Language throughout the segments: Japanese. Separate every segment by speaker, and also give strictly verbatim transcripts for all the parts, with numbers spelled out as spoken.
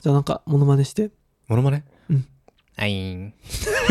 Speaker 1: じゃあなんかモノマネして。
Speaker 2: モノマネ？
Speaker 1: うん。
Speaker 2: あいーん。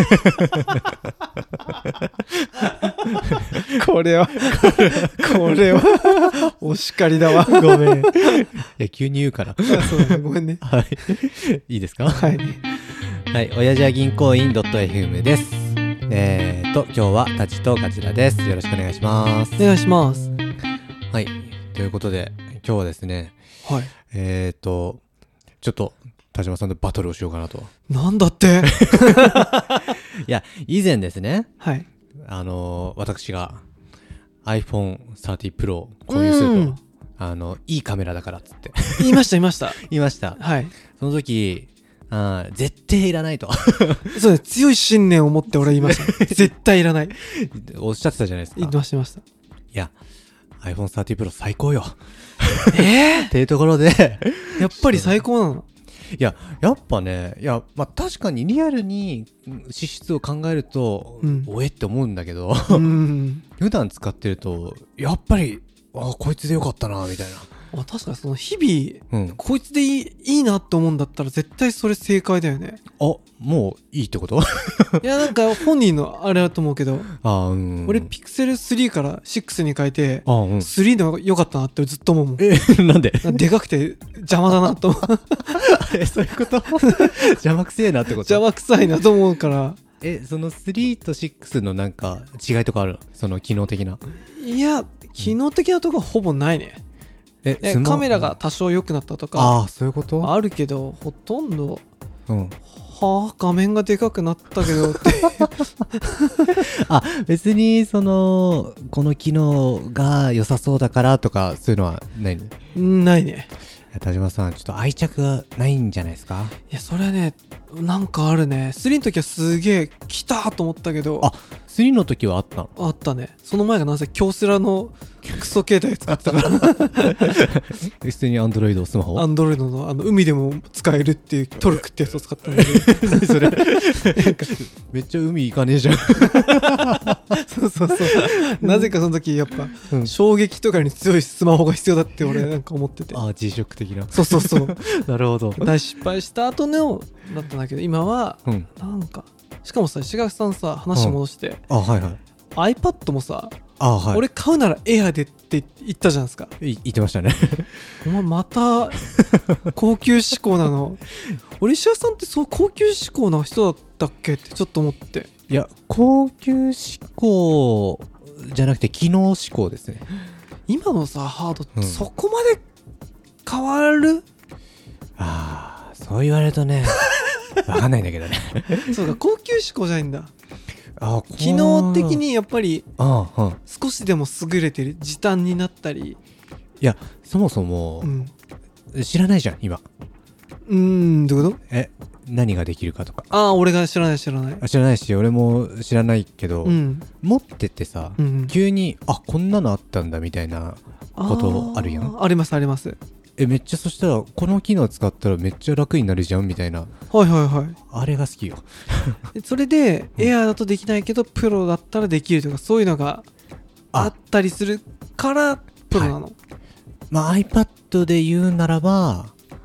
Speaker 1: これはこれはお叱りだわ。
Speaker 2: ごめん。いや急に言うから。
Speaker 1: あ、そうだね、ごめんね。
Speaker 2: はい。いいですか？
Speaker 1: はい。
Speaker 2: はい。親父は銀行員 .fm です。えーと今日はタチとガチラです。よろしくお願いします。
Speaker 1: お願いします。
Speaker 2: はい。ということで今日はですね。
Speaker 1: はい。
Speaker 2: えーとちょっと田島さんとバトルをしようかなと。
Speaker 1: なんだって。
Speaker 2: いや以前ですね。
Speaker 1: はい。
Speaker 2: あの私が アイフォンサーティー Pro を購入すると、あのいいカメラだからっつって
Speaker 1: 言いました言いました
Speaker 2: 言いました。
Speaker 1: はい。
Speaker 2: その時あ絶対いらないと
Speaker 1: そうね、強い信念を持って俺は言いました絶対いらない
Speaker 2: おっしゃってたじゃないですか。
Speaker 1: 言ってました言いました。
Speaker 2: いや アイフォンサーティー Pro 最高よ
Speaker 1: えー、
Speaker 2: っていうところで
Speaker 1: やっぱり最高なの？
Speaker 2: いややっぱね、いやまあ確かにリアルに資質を考えると、うん、おえって思うんだけどうん普段使ってるとやっぱりあこいつでよかったなみたいな。
Speaker 1: あ、確かにその日々、うん、こいつでいい、いいなって思うんだったら絶対それ正解だよね。
Speaker 2: あ、もういいってこと
Speaker 1: いやなんか本人のあれだと思うけど
Speaker 2: あ、うん、
Speaker 1: 俺ピクセルスリーからシックスに変えて
Speaker 2: あ、うん、
Speaker 1: スリーの方が良かったなってずっと思うもん。
Speaker 2: えなんで？
Speaker 1: でかくて邪魔だなと思う
Speaker 2: えそういうこと邪魔くせえなってこと？
Speaker 1: 邪魔くさいなと思うから。
Speaker 2: えそのスリーとシックスのなんか違いとかある？その機能的な。
Speaker 1: いや機能的なとこはほぼないね。えカメラが多少良くなったとか
Speaker 2: ああそういうこと
Speaker 1: あるけどほとんど、
Speaker 2: うん、
Speaker 1: はあ画面がでかくなったけどって
Speaker 2: あ別にそのこの機能が良さそうだからとかそういうのはないの？
Speaker 1: ないね。
Speaker 2: 田島さんちょっと愛着がないんじゃないですか？
Speaker 1: いやそれはねなんかあるね。スリーの時はすげえ来たと思ったけど。
Speaker 2: あスリーの時はあったの？
Speaker 1: あったね。その前がなぜ京セラのクソ携帯使ってたから
Speaker 2: 普通にアンドロイドスマホ？
Speaker 1: アンドロイドのあの海でも使えるっていうトルクってやつを使ったんだけど何それ
Speaker 2: めっちゃ海行かねえじゃん
Speaker 1: そうそうそうなぜかその時やっぱ、うん、衝撃とかに強いスマホが必要だって俺なんか思ってて。
Speaker 2: ああ G ショック的な。
Speaker 1: そうそうそう
Speaker 2: なるほど。
Speaker 1: 大失敗した後のだったんだけど今は、うん、なんかしかもさ石垣さんさ話戻して、うん、
Speaker 2: あはいはい
Speaker 1: iPad もさ
Speaker 2: あ、はい、
Speaker 1: 俺買うならエアでって言ったじゃないですか。
Speaker 2: い言ってましたね
Speaker 1: お前また高級志向なの俺石橋さんってそう高級志向な人だったっけってちょっと思って。
Speaker 2: いや高級志向じゃなくて機能志向ですね。
Speaker 1: 今のさハードって、うん、そこまで変わる？
Speaker 2: ああそう言われるとねわかんないんだけどね
Speaker 1: そうか高級志向じゃないんだ。あ機能的にやっぱり少しでも優れてる時短になったり。
Speaker 2: いやそもそも、うん、知らないじゃん今。
Speaker 1: うーんどういうこと？
Speaker 2: え何ができるかとか。
Speaker 1: ああ俺が知らない知らない
Speaker 2: あ知らないし俺も知らないけど、うん、持っててさ、うん、急にあこんなのあったんだみたいなことあるやん。
Speaker 1: あ, ありますあります。
Speaker 2: えめっちゃそしたらこの機能使ったらめっちゃ楽になるじゃんみたいな。
Speaker 1: はいはいはい。
Speaker 2: あれが好きよ
Speaker 1: それで、うん、エアーだとできないけどプロだったらできるとかそういうのがあったりするからプロなの、はい、
Speaker 2: まあ iPad で言うならば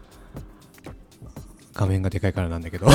Speaker 2: 画面がでかいからなんだけど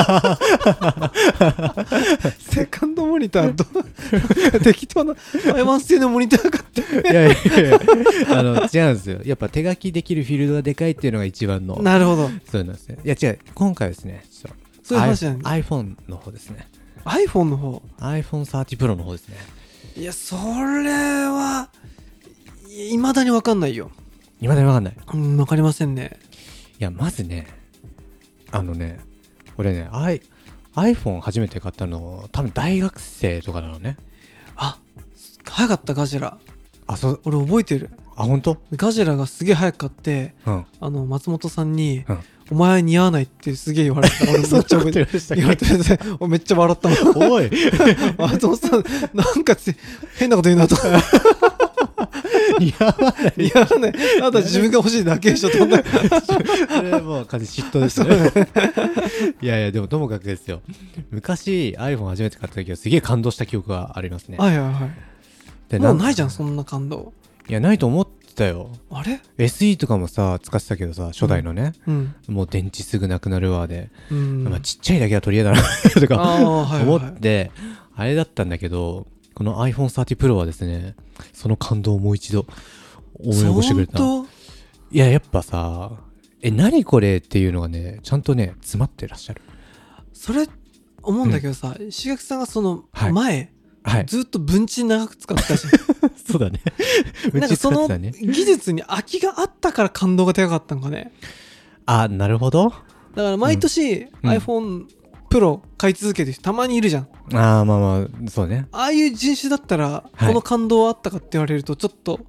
Speaker 1: セカンドモニターと適当なアイワン製のモニター買って
Speaker 2: いやいやいやあの違うんですよ。やっぱ手書きできるフィールドがでかいっていうのが一番の。
Speaker 1: なるほど
Speaker 2: そうなんですね。いや違う今回はですねちょっと
Speaker 1: そういう話なんだ。
Speaker 2: iPhone の方ですね。
Speaker 1: iPhone の方
Speaker 2: アイフォンサーティー Pro の方ですね。
Speaker 1: いやそれは未だに分かんないよ。
Speaker 2: 未だに分かんない。
Speaker 1: うん分かりませんね。
Speaker 2: いやまずねあのね俺ね I iPhone 初めて買ったの多分大学生とかなのね。
Speaker 1: あ早かったガジラ。
Speaker 2: あそう
Speaker 1: 俺覚えてる。
Speaker 2: あ本当？
Speaker 1: ガジラがすげえ早く買って、うん、あの松本さんに、うん、お前似合わないってすげえ言われた。俺めっちゃ覚えてる。言われてる。めっちゃ笑ったの。
Speaker 2: おい
Speaker 1: 松本さんなんか変なこと言うなと
Speaker 2: 似合わない
Speaker 1: 似合わないあと自分が欲しいだけでしょと思った
Speaker 2: それはもう完全嫉妬ですねいやいやでもともかくですよ昔 iPhone 初めて買った時はすげえ感動した記憶がありますね。
Speaker 1: はいはいはい。でもうないじゃんそんな感動。
Speaker 2: いやないと思ってたよ。
Speaker 1: あれ
Speaker 2: エスイー とかもさ使ってたけどさ、初代のね、
Speaker 1: うんうん、
Speaker 2: もう電池すぐなくなるわで、
Speaker 1: うん、
Speaker 2: まあ、ちっちゃいだけは取り柄だなとか思って、あれだったんだけど、この アイフォンサーティー Pro はですね、その感動をもう一度思い起こしてくれた。いや、やっぱさ、え、何これっていうのがね、ちゃんとね、詰まってらっしゃる。
Speaker 1: それ、思うんだけどさ、石垣さんがその前、はいはい、ずっと文鎮長く使ってたし
Speaker 2: そうだね
Speaker 1: なんかその技術に空きがあったから感動が高かったんかね。
Speaker 2: あ、なるほど。
Speaker 1: だから毎年、うん、iPhone Pro 買い続けてる人たまにいるじゃん。
Speaker 2: ああ、まあまあそうね。
Speaker 1: ああいう人種だったら、はい、この感動はあったかって言われるとちょっと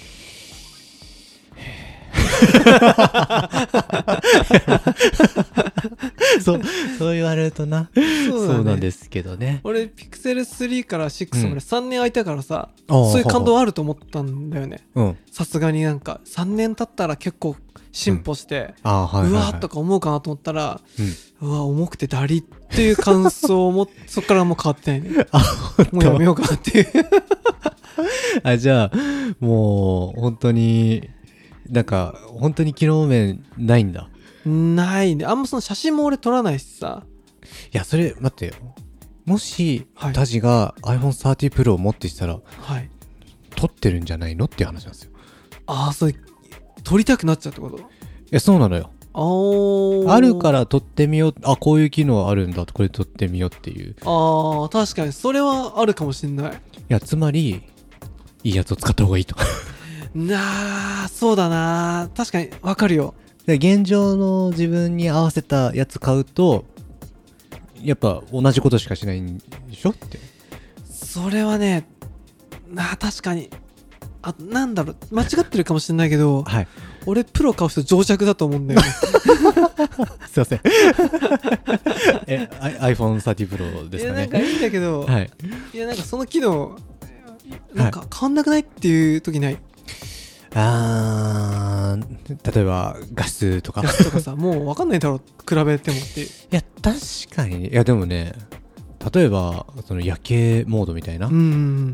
Speaker 2: そうそう言われるとな。そう、ね、そうなんですけどね。
Speaker 1: 俺ピクセルスリーからシックスまでさんねん空いたからさ、うん、そういう感動あると思ったんだよね。さすがになんかさんねん経ったら結構進歩して、うん、あはいはいはい、うわーとか思うかなと思ったら、うん、うわ重くてダリっていう感想をもそっからもう変わってないね。あもうやめようかなっていう
Speaker 2: あじゃあもう本当になんか本当に機能面ないんだ。
Speaker 1: ないね。あんまその写真も俺撮らないしさ。
Speaker 2: いやそれ待ってよ、もし、はい、タジが アイフォンサーティー Pro を持ってしたら、はい、撮ってるんじゃないのっていう話なんですよ。
Speaker 1: ああそれ撮りたくなっちゃうってこと？い
Speaker 2: やそうなのよ。ああるから撮ってみよう、あこういう機能あるんだとこれ撮ってみようっていう。
Speaker 1: ああ確かにそれはあるかもしれない。い
Speaker 2: やつまりいいやつを使った方がいいと
Speaker 1: なあそうだな、確かにわかるよ。
Speaker 2: で現状の自分に合わせたやつ買うとやっぱ同じことしかしないんでしょって。
Speaker 1: それはねなあ確かにあなんだろう間違ってるかもしれないけど、はい、俺プロ買う人情弱だと思うんだよね
Speaker 2: すいませんえ iPhone サーティー Pro ですかね。
Speaker 1: いやなんかいいんだけど、はい、いやなんかその機能なんか変わんなくないっていう時ない？
Speaker 2: あー例えば画質とか
Speaker 1: 画質とかさもう分かんないだろ比べてもっていう。い
Speaker 2: や確かに。いやでもね例えばその夜景モードみたいな、うん、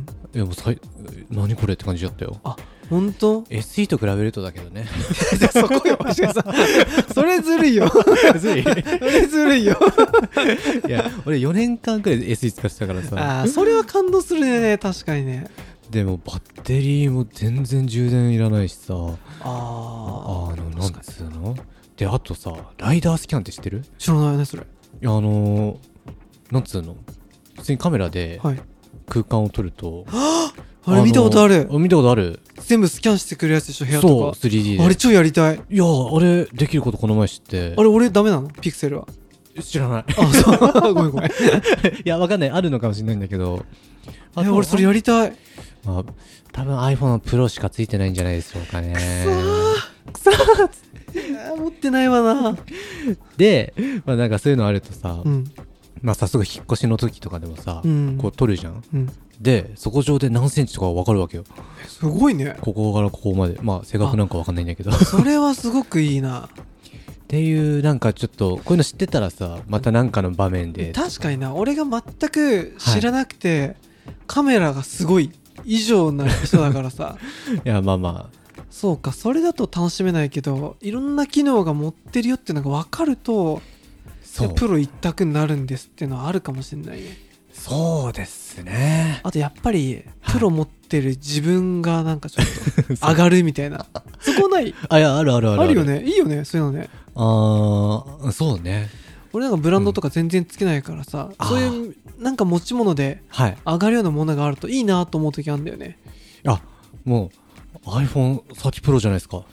Speaker 2: いやもうさい何これって感じだったよ。
Speaker 1: あ本当
Speaker 2: エスイー と比べるとだけどね
Speaker 1: そこよもしかさそれずるいよずるいそれずるいよ
Speaker 2: いや俺よねんかんくらい エスイー 使ってたからさ。
Speaker 1: あそれは感動するね確かにね。
Speaker 2: でもバッテリーも全然充電いらないしさ。あ
Speaker 1: あ
Speaker 2: あのなんつうのであとさライダースキャンって知ってる？
Speaker 1: 知らないねそれ。い
Speaker 2: やあのー、なんつうの普通にカメラで空間を撮ると、
Speaker 1: はい、あれ見たことある。
Speaker 2: 見たことある。
Speaker 1: 全部スキャンしてくれるやつでしょ部屋とか。そう スリーディー で。あれ超やりたい。
Speaker 2: いやあれできることこの前知って。
Speaker 1: あれ俺ダメなのピクセルは？
Speaker 2: 知らない。
Speaker 1: あそうごめんごめんい
Speaker 2: やわかんないあるのかもしれないんだけど。
Speaker 1: え俺それやりたい。
Speaker 2: まあ、多分 iPhone Pro しかついてないんじゃないでしょうかね。
Speaker 1: くそーくそーいや持ってないわな
Speaker 2: で、まあ、なんかそういうのあるとさ、うん、まあ早速引っ越しの時とかでもさ、うん、こう撮るじゃん、うん、でそこ上で何センチとか分かるわけよ。
Speaker 1: すごいね。
Speaker 2: ここからここまでまあ正確なんか分かんないんだけど
Speaker 1: それはすごくいいな
Speaker 2: っていうなんかちょっとこういうの知ってたらさまたなんかの場面で。
Speaker 1: 確かにな俺が全く知らなくて、はい、カメラがすごい以上な人だからさ
Speaker 2: いやまあまあ
Speaker 1: そうかそれだと楽しめないけどいろんな機能が持ってるよっていうのが分かるとそうプロ一択になるんですっていうのはあるかもしれないね。
Speaker 2: そうですね。
Speaker 1: あとやっぱりプロ持ってる自分がなんかちょっと上がるみたいなそこない？
Speaker 2: あいやあるあるある
Speaker 1: あるよね。いいよねそういうのね。
Speaker 2: ああそうね。俺
Speaker 1: なんかブランドとか全然つけないからさ、うん、そういうなんか持ち物で上がるようなものがあるといいなと思う時あるんだよね。
Speaker 2: あもう アイフォンサーティー Pro じゃないですか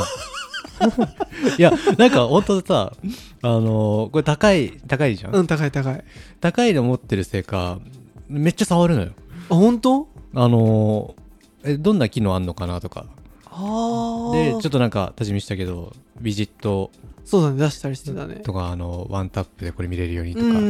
Speaker 2: いやなんか本当さあのー、これ高い高いじゃん。
Speaker 1: うん高い高い
Speaker 2: 高いの持ってるせいかめっちゃ触るのよ。
Speaker 1: あ本当？
Speaker 2: あのー、えどんな機能あんのかなとか
Speaker 1: あ
Speaker 2: でちょっとなんか立ち見したけどビジット
Speaker 1: そうだね出したりしてたね
Speaker 2: とかあのワンタップでこれ見れるようにとか、うん、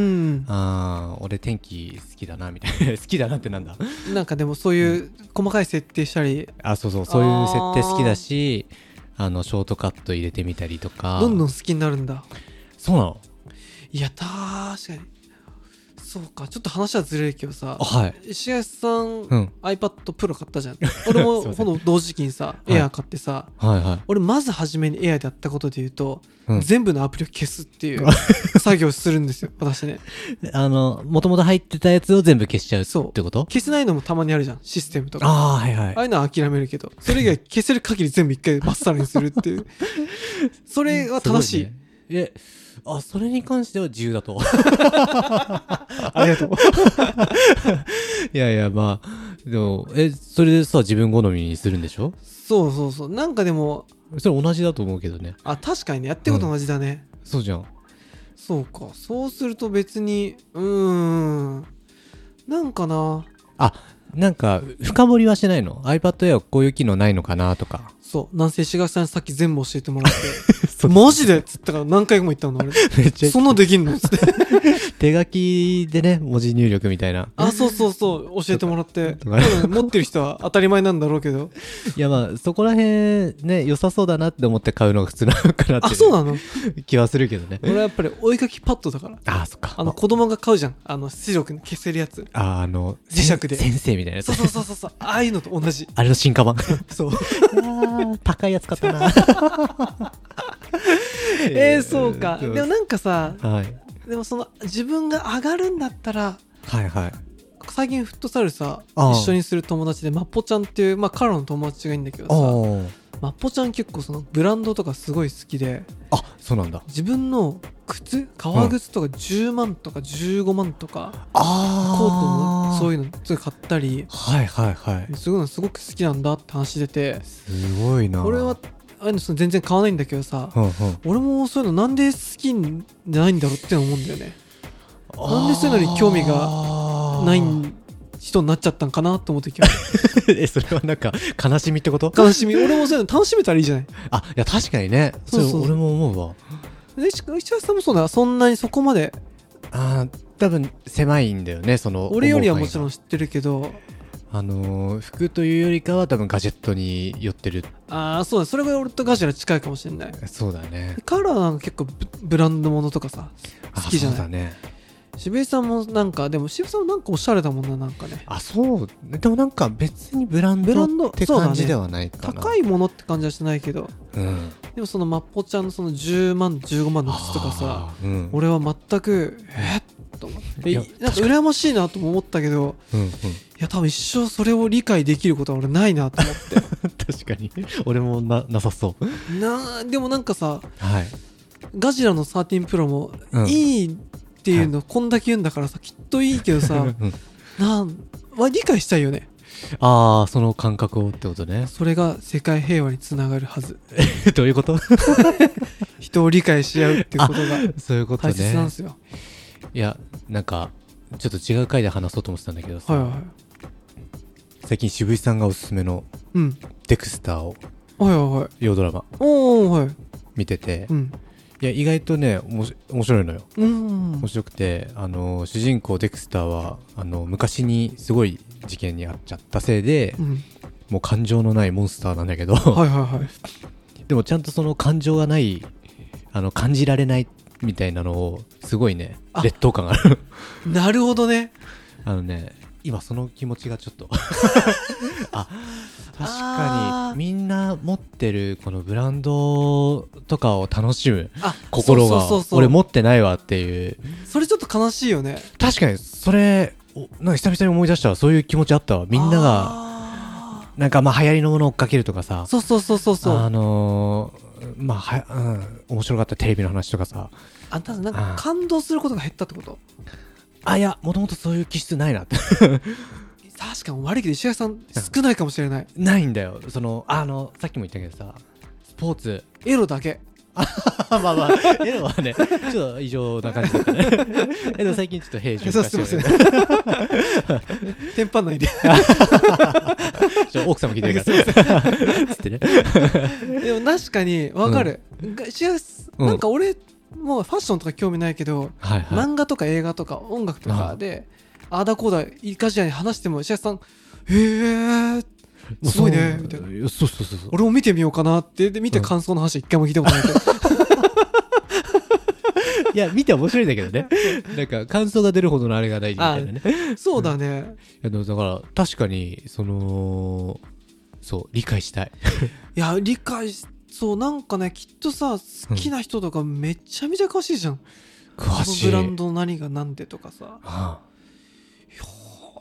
Speaker 2: あ俺天気好きだなみたいな好きだなってなんだ
Speaker 1: なんかでもそういう細かい設定したり、
Speaker 2: うん、あそうそうそういう設定好きだしあのショートカット入れてみたりとか
Speaker 1: どんどん好きになるんだ。
Speaker 2: そうなの。
Speaker 1: いや確かにそうか、ちょっと話はずれるけどさ、
Speaker 2: はい、
Speaker 1: 石橋さん、うん、iPad Pro 買ったじゃん。俺もほぼ同時期にさ、エア買ってさ、
Speaker 2: はいはい、
Speaker 1: 俺まず初めにエアでやったことで言うと、うん、全部のアプリを消すっていう作業をするんですよ、私ね。
Speaker 2: あの、もともと入ってたやつを全部消しちゃうってこと？
Speaker 1: 消せないのもたまにあるじゃん、システムとか。
Speaker 2: ああ、はいはい。
Speaker 1: ああいうのは諦めるけど、それ以外消せる限り全部一回バッサリにするっていう。それは正しい。ね、
Speaker 2: え、あ、それに関しては自由だと。
Speaker 1: ありがとう。
Speaker 2: いやいや、まあ、でも、え、それでさ、自分好みにするんでしょ？
Speaker 1: そうそうそう。なんかでも、
Speaker 2: それ同じだと思うけどね。
Speaker 1: あ、確かにね、やってること同じだね。
Speaker 2: うん、そうじゃん。
Speaker 1: そうか。そうすると別に、うーん、なんかな。
Speaker 2: あ、なんか、深掘りはしてないの？ iPad Air はこういう機能ないのかなとか。
Speaker 1: そう、なんせ石垣さんにさっき全部教えてもらってマジでっつったから何回も言ったの俺。めっちゃそんなできんのっつって
Speaker 2: 手書きでね、文字入力みたいな。
Speaker 1: あ、そうそうそう教えてもらって持ってる人は当たり前なんだろうけど、
Speaker 2: いやまあそこら辺ね良さそうだなって思って買うのが普通なのかなって、
Speaker 1: あ、そうなの
Speaker 2: 気はするけどね。
Speaker 1: 俺はやっぱりお絵かきパッドだから。
Speaker 2: あ、そっか。
Speaker 1: あの子供が買うじゃん、あの出力に消せるやつ。
Speaker 2: あ、あの
Speaker 1: 磁石で
Speaker 2: 先生みたいなやつ。
Speaker 1: そうそうそうそう、ああいうのと同じ。
Speaker 2: あれの進化版。
Speaker 1: そう
Speaker 2: 高いやつ買ったな。
Speaker 1: えー、そうか。でもなんかさ、
Speaker 2: はい、
Speaker 1: でもその自分が上がるんだったら、
Speaker 2: はいはい、
Speaker 1: 最近フットサルさ一緒にする友達でマッポちゃんっていう、まあ、カラの友達がいいんだけどさ、マッポちゃん結構そのブランドとかすごい好きで、
Speaker 2: あ、そうなんだ。
Speaker 1: 自分の靴、革靴とかじゅうまんとかじゅうごまんとか、
Speaker 2: あ
Speaker 1: コートもそういうのすごい買ったり、
Speaker 2: はいはいはい、
Speaker 1: すごいのすごく好きなんだって話してて、
Speaker 2: すごいな。
Speaker 1: 俺はああいうの全然買わないんだけどさ、うんうん、俺もそういうのなんで好きじゃないんだろうって思うんだよね。なんでそういうのに興味がない人になっちゃったんかなと思ってきます。
Speaker 2: え、それはなんか悲しみってこと？
Speaker 1: 悲しみ。俺もそういうの楽しめたらいいじゃない。
Speaker 2: あ、いや確かにね。そうそう、俺も思うわ。
Speaker 1: 石橋さんもそうだ。そんなにそこまで。
Speaker 2: ああ、多分狭いんだよね、その。
Speaker 1: 俺よりはもちろん知ってるけど。
Speaker 2: あのー、服というよりかは多分ガジェットに寄ってる。
Speaker 1: ああ、そうだ。それが俺とガジェラ近いかもしれない。
Speaker 2: そうだね。
Speaker 1: カラーなんか結構 ブ, ブランドものとかさ好きじゃない。
Speaker 2: そうだね。
Speaker 1: 渋井さんもなんか、でも渋井さんもなんかおしゃれだもんな、なんかね。
Speaker 2: あ、そう。でもなんか別にブランドって感じではないかな。
Speaker 1: 高いものって感じはしてないけど、
Speaker 2: うん、
Speaker 1: でもそのマッポちゃんのそのじゅうまんじゅうごまんの靴とかさ、うん、俺は全くえっと思ってなんか羨ましいなとも思ったけど、うんうん、いや多分一生それを理解できることは俺ないなと思って
Speaker 2: 確かに俺も な, なさそう
Speaker 1: な。でもなんかさ、
Speaker 2: はい、
Speaker 1: ガジラのじゅうさんプロもいいっていうの、うん、こんだけ言うんだからさ、きっといいけどさ、うん、なんは理解したいよね。
Speaker 2: ああ、その感覚をってことね。
Speaker 1: それが世界平和につながるはず。
Speaker 2: どういうこと？
Speaker 1: 人を理解し合うっていうことが
Speaker 2: そういうことね。
Speaker 1: 大切なんですよ。
Speaker 2: いや、なんかちょっと違う回で話そうと思ってたんだけどさ、はいはい、最近渋井さんがおすすめのデクスターを、
Speaker 1: はいはいはい、
Speaker 2: 洋ドラマ
Speaker 1: おー、はい、
Speaker 2: 見てて、
Speaker 1: うん、
Speaker 2: いや意外とねおもし面白いのよ。うん、面白くて、あの主人公デクスターはあの昔にすごい事件に遭っちゃったせいで、うん、もう感情のないモンスターなんだけど、はいはいはい、でもちゃんとその感情がないあの感じられないみたいなのをすごいね劣等感がある。
Speaker 1: なるほどね。
Speaker 2: あのね今その気持ちがちょっとあ、確かにみんな持ってるこのブランドとかを楽しむ心が俺持ってないわっていう。
Speaker 1: それちょっと悲しいよね。
Speaker 2: 確かにそれなんか久々に思い出したらそういう気持ちあったわ。みんながなんかまあ流行りのものを追っかけるとかさ、
Speaker 1: そうそうそうそうそう、
Speaker 2: あのー、まあは、うん、面白かったテレビの話とかさ、
Speaker 1: あんたなんか感動することが減ったってこと？
Speaker 2: あ、いやもともとそういう気質ないなって
Speaker 1: 確かに悪いけど石垣さん少ないかもしれない。
Speaker 2: ないんだよ。そのあのさっきも言ったけどさ、スポーツ
Speaker 1: エロだけ
Speaker 2: まあまあエロはねちょっと異常な感じだったねえでも最近ちょっと平準化してる
Speaker 1: テンパんないで
Speaker 2: 奥さんも聞いてるからつってね
Speaker 1: でも確かに分かる、うん、なんか俺もうファッションとか興味ないけど、はいはい、漫画とか映画とか音楽とかでああだこうだいかじらに話しても石橋さんへーすごいねみたいな。
Speaker 2: そうそうそうそう、
Speaker 1: 俺も見てみようかなってで見て感想の話一回も聞いたことないけど、
Speaker 2: いや見て面白いんだけどねなんか感想が出るほどのあれがないみたいなね。
Speaker 1: そうだね、
Speaker 2: うん、いやだから確かにそのそう理解したい
Speaker 1: いや理解しそうなんかねきっとさ好きな人とかめちゃめちゃ詳しいじゃん、うん、
Speaker 2: 詳しい。
Speaker 1: ブランド何がなんでとかさ、はあ、いや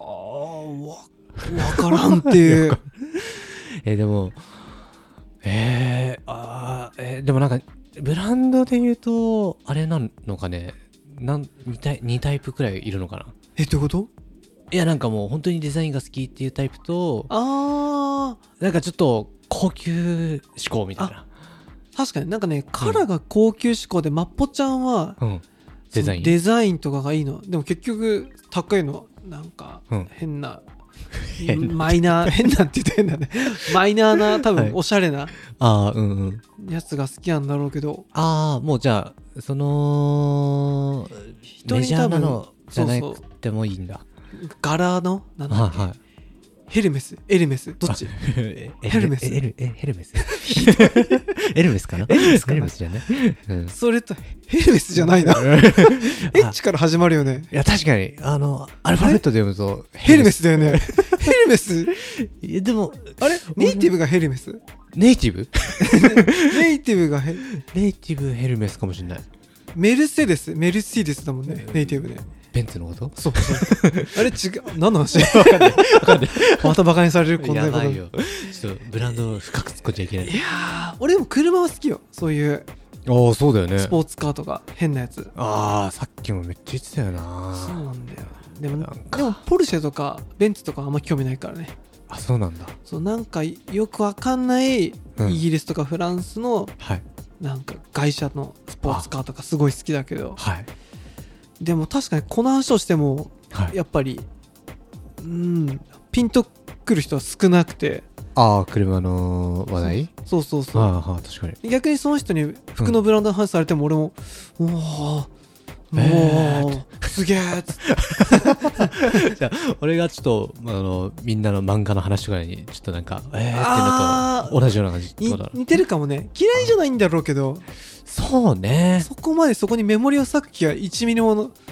Speaker 1: わ分からんっていう
Speaker 2: えでもえー、あーえー、でもなんかブランドで言うとあれなのかね、なん 2, タイ2タイプくらいいるのかな。
Speaker 1: えどういうこと？
Speaker 2: いやなんかもう本当にデザインが好きっていうタイプと、
Speaker 1: あー
Speaker 2: なんかちょっと高級志向みたいな。
Speaker 1: 確かになんかねカラーが高級志向で、うん、マッポちゃんは、うん、デザインデザインとかがいいの。でも結局高いのなんか変な、うん、マイナー変なって言って変だねマイナーな多分おしゃれな、はい、
Speaker 2: あうんうん、
Speaker 1: やつが好きなんだろうけど、
Speaker 2: ああもうじゃあそのメジャーなのじゃなくてもいいんだ。そうそう
Speaker 1: 柄のなんだっけ、はいはい、ヘルメスエルメスどっちヘルメス
Speaker 2: エルヘルメスエルメスかなエルメスかなエルメスじゃね、うん、
Speaker 1: それとヘルメスじゃないなエッチから始まるよね。
Speaker 2: いや確かにあのアルファベットで読むと
Speaker 1: ヘルメスだよねヘルメス
Speaker 2: いやでも
Speaker 1: あれネイティブがヘルメス
Speaker 2: ネイティブ
Speaker 1: ネイティブがヘ
Speaker 2: ネイティブヘルメスかもしれない。
Speaker 1: メルセデスメルシーデスだもんね、ネイティブね。
Speaker 2: ベンツのこと？
Speaker 1: そうそうあれ違う何の話わかんないわかんないまたバカにされるこんなこと。やばいよちょっとブランドを深く突っ込んじゃいけない。いやー俺でも車は好きよ、そういう
Speaker 2: ああそうだよね
Speaker 1: スポーツカーとか変なやつ。
Speaker 2: ああさっきもめっちゃ言ってたよな。
Speaker 1: そうなんだよ。でもでもポルシェとかベンツとかあんま興味ないからね。
Speaker 2: あそうなんだ。
Speaker 1: そうなんかよくわかんないイギリスとかフランスの、うん、はいなんか会社のスポーツカーとかすごい好きだけど、はい、でも確かにこの話をしても、はい、やっぱりうんピンとくる人は少なくて。
Speaker 2: ああ車の話題。
Speaker 1: そうそうそう、
Speaker 2: はあはあ、確かに
Speaker 1: 逆にその人に服のブランドの話されても俺も、うん、おおもう、えー、すげえっつって
Speaker 2: じゃあ俺がちょっとあのみんなの漫画の話とかにちょっとなんかえーっていうのと同じような感じ。
Speaker 1: 似てるかもね。嫌いじゃないんだろうけど、
Speaker 2: そうね
Speaker 1: そこまでそこにメモリを割く気はいちミリもの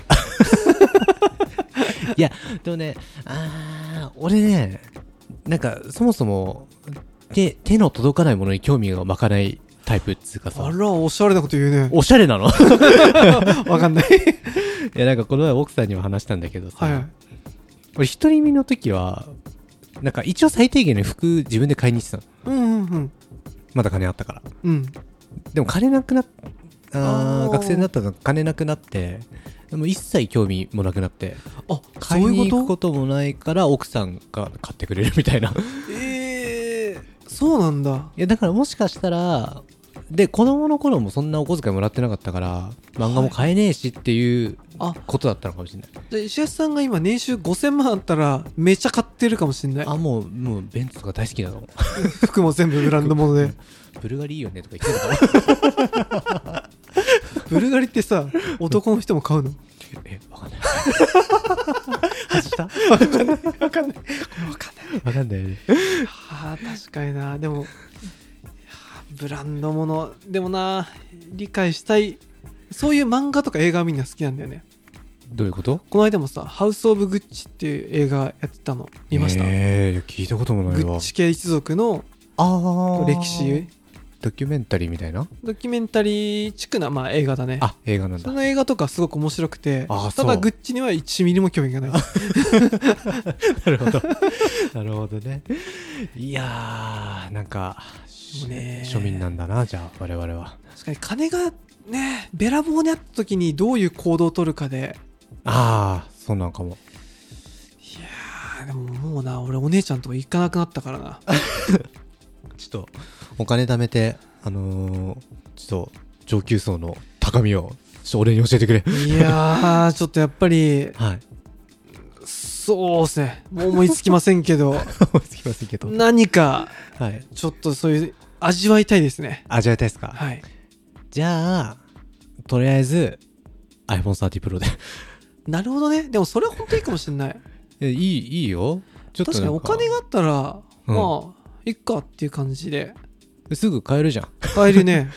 Speaker 2: いやでもねあ俺ねなんかそもそも手手の届かないものに興味が湧かないタイプっていうかさ。
Speaker 1: あらおしゃれなこと言うね。
Speaker 2: おしゃれなのわ
Speaker 1: かんない
Speaker 2: いやなんかこの前奥さんにも話したんだけどさ、はい、俺独り身の時はなんか一応最低限の服自分で買いに行ってたの。うんうんうんまだ金あったから。うんでも金なくなっあ学生になったら金なくなってでも一切興味もなくなって、あ買いに行くこともないから奥さんが買ってくれるみたいな
Speaker 1: えー、そうなんだ。
Speaker 2: いやだからもしかしたらで子供の頃もそんなお小遣いもらってなかったから漫画も買えねえしっていうことだったのかもしれない。
Speaker 1: じゃあ石橋さんが今年収ごせんまんあったらめっちゃ買ってるかもしれない。
Speaker 2: あもうもうベンツとか大好きなの
Speaker 1: 服も全部ブランド物で
Speaker 2: ブルガリいいよねとか言ってたから
Speaker 1: ブルガリってさ男の人も買うの？
Speaker 2: えわかんない外した
Speaker 1: わかんないわかんないわかんない
Speaker 2: わかんないよね
Speaker 1: はあ確かにな。でもブランド物でもな理解したい。そういう漫画とか映画はみんな好きなんだよね。
Speaker 2: どういうこと？
Speaker 1: この間もさハウスオブグッチっていう映画やってたの見ました？
Speaker 2: えー、聞いたこともないわ。
Speaker 1: グッチ系一族の歴史
Speaker 2: ドキュメンタリーみたいな
Speaker 1: ドキュメンタリーチックな、まあ、映画だね。
Speaker 2: あ映画なんだ。
Speaker 1: その映画とかすごく面白くて、ただグッチにはいちミリも興味がないな
Speaker 2: るほどなるほどね。いやーなんかね庶民なんだなじゃあ我々は。
Speaker 1: 確かに金がねべらぼうにあった時にどういう行動を取るかで。
Speaker 2: ああそうなんかも。
Speaker 1: いやーでももうな俺お姉ちゃんとか行かなくなったからな
Speaker 2: ちょっとお金貯めてあのー、ちょっと上級層の高みをちょっと俺に教えてくれ。
Speaker 1: いやーちょっとやっぱり、はい、そうですねもう思いつきませんけど思いつきませんけど何か、はい、ちょっとそういう味わいたいですね。
Speaker 2: 味わいたいですか？はい。じゃあとりあえず アイフォンサーティー Pro で
Speaker 1: なるほどね。でもそれは本当にいいかもしれない。
Speaker 2: いいいいよ。
Speaker 1: ちょっと確かにお金があったら、うん、まあいっかっていう感じで。
Speaker 2: すぐ買えるじゃん。
Speaker 1: 買えるね。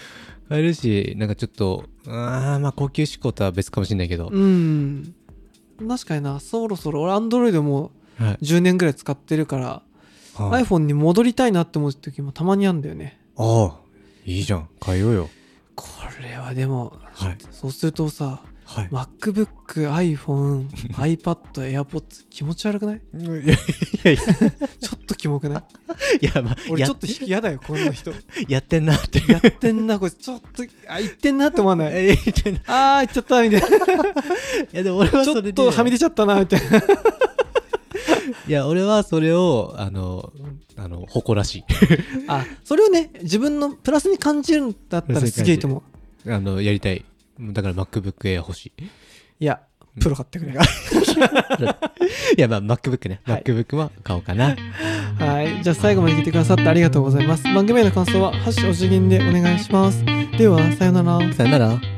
Speaker 2: 買えるし、なんかちょっと、あーまあ高級志向とは別かもしれないけど。
Speaker 1: うん。確かにな、そろそろ俺 Android もじゅうねんぐらい使ってるから、はい、iPhone に戻りたいなって思う時もたまにあるんだよね。
Speaker 2: ああ、いいじゃん。買えようよ。
Speaker 1: これはでも、はい、そうするとさ、
Speaker 2: はい、
Speaker 1: MacBook、iPhone、iPad、AirPods 気持ち悪くない？
Speaker 2: いやいやいやち
Speaker 1: ょっとキモくない？
Speaker 2: いや、まあ、
Speaker 1: 俺ちょっと引き嫌だよ、こんな人。
Speaker 2: やってんなって。
Speaker 1: やってんな、これちょっと、あ、言ってんなって思わない？あー、言っちゃったみたいな。い
Speaker 2: や、でも俺はそれで、
Speaker 1: ちょっとはみ出ちゃったなみたいな。
Speaker 2: いや、俺はそれを、あの、あの、誇らしい。
Speaker 1: あ、それをね、自分のプラスに感じるんだったらすげえと思
Speaker 2: う。あの、やりたい。だから MacBook Air 欲しい。
Speaker 1: いや、プロ買ってくれ。い
Speaker 2: や、まあ MacBook ね。はい、MacBook は買おうかな。
Speaker 1: はい。じゃあ最後まで聞いてくださってありがとうございます。番組への感想は、ハッシュお辞儀でお願いします。では、さよなら。
Speaker 2: さよなら。